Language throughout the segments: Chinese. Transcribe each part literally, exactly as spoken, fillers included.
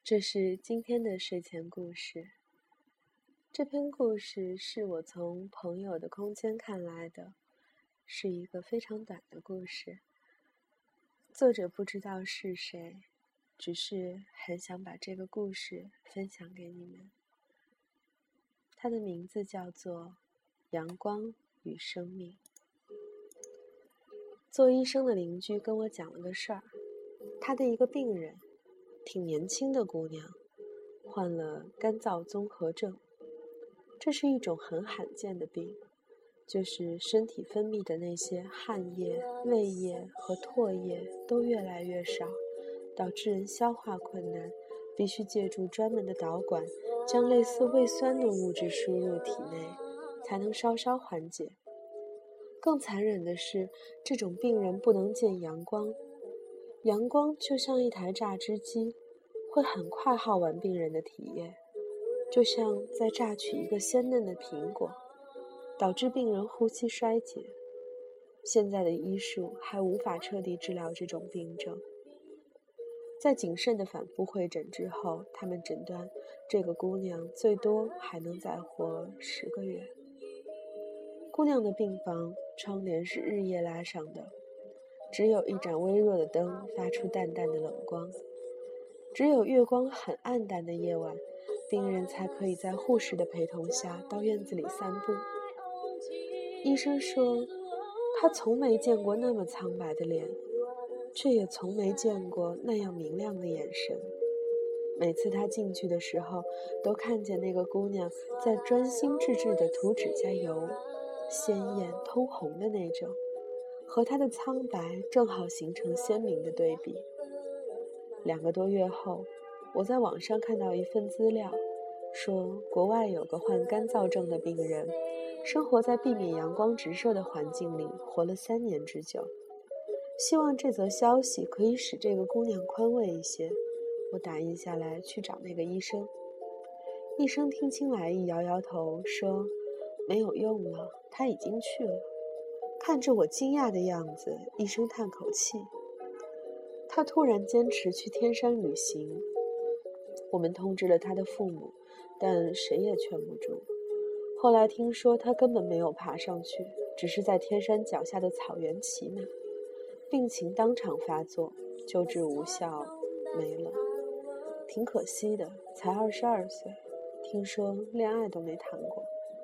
这是今天的睡前故事。这篇故事是我从朋友的空间看来的，是一个非常短的故事。作者不知道是谁，只是很想把这个故事分享给你们。它的名字叫做《阳光与生命》。做医生的邻居跟我讲了个事儿，他的一个病人，挺年轻的姑娘，患了干燥综合症。这是一种很罕见的病，就是身体分泌的那些汗液、胃液和唾液都越来越少，导致人消化困难，必须借助专门的导管将类似胃酸的物质输入体内，才能稍稍缓解。更残忍的是，这种病人不能见阳光，阳光就像一台榨汁机，会很快耗完病人的体液，就像在榨取一个鲜嫩的苹果，导致病人呼吸衰竭。现在的医术还无法彻底治疗这种病症。在谨慎的反复会诊之后，他们诊断这个姑娘最多还能再活十个月。姑娘的病房窗帘是日夜拉上的，只有一盏微弱的灯发出淡淡的冷光。只有月光很暗淡的夜晚，病人才可以在护士的陪同下到院子里散步。医生说，他从没见过那么苍白的脸，却也从没见过那样明亮的眼神。每次他进去的时候，都看见那个姑娘在专心致志地涂指甲油，鲜艳通红的那种，和她的苍白正好形成鲜明的对比。两个多月后，我在网上看到一份资料，说国外有个患干燥症的病人，生活在避免阳光直射的环境里，活了三年之久。希望这则消息可以使这个姑娘宽慰一些，我打印下来去找那个医生。医生听清来意，摇摇头说，没有用了，他已经去了。看着我惊讶的样子，医生叹口气。他突然坚持去天山旅行，我们通知了他的父母，但谁也劝不住。后来听说他根本没有爬上去，只是在天山脚下的草原骑马，病情当场发作，救治无效，没了。挺可惜的，才二十二岁，听说恋爱都没谈过。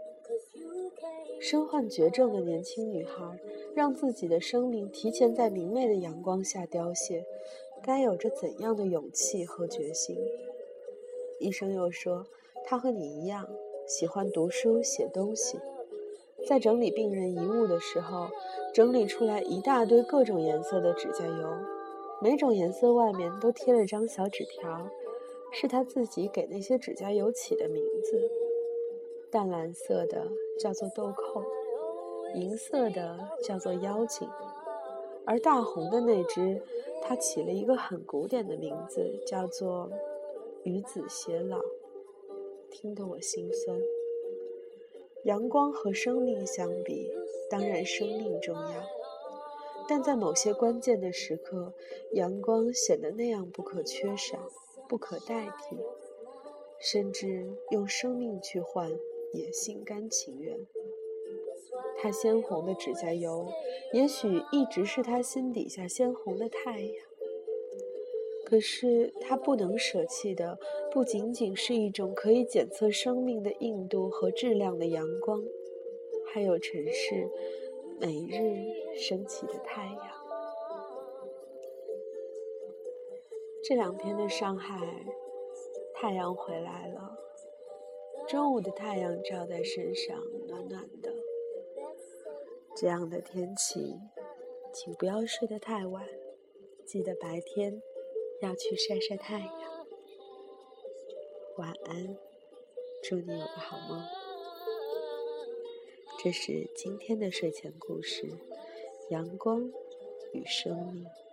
身患绝症的年轻女孩，让自己的生命提前在明媚的阳光下凋谢，该有着怎样的勇气和决心？医生又说，她和你一样，喜欢读书写东西，在整理病人遗物的时候，整理出来一大堆各种颜色的指甲油，每种颜色外面都贴了张小纸条，是她自己给那些指甲油起的名字。淡蓝色的叫做豆蔻，银色的叫做妖精，而大红的那只，它起了一个很古典的名字，叫做与子偕老，听得我心酸。阳光和生命相比，当然生命重要，但在某些关键的时刻，阳光显得那样不可缺少，不可代替，甚至用生命去换也心甘情愿。它鲜红的指甲油，也许一直是它心底下鲜红的太阳。可是它不能舍弃的，不仅仅是一种可以检测生命的硬度和质量的阳光，还有城市每日升起的太阳。这两天的上海，太阳回来了，中午的太阳照在身上，暖暖的。这样的天气，请不要睡得太晚，记得白天要去晒晒太阳。晚安，祝你有个好梦。这是今天的睡前故事，阳光与生命。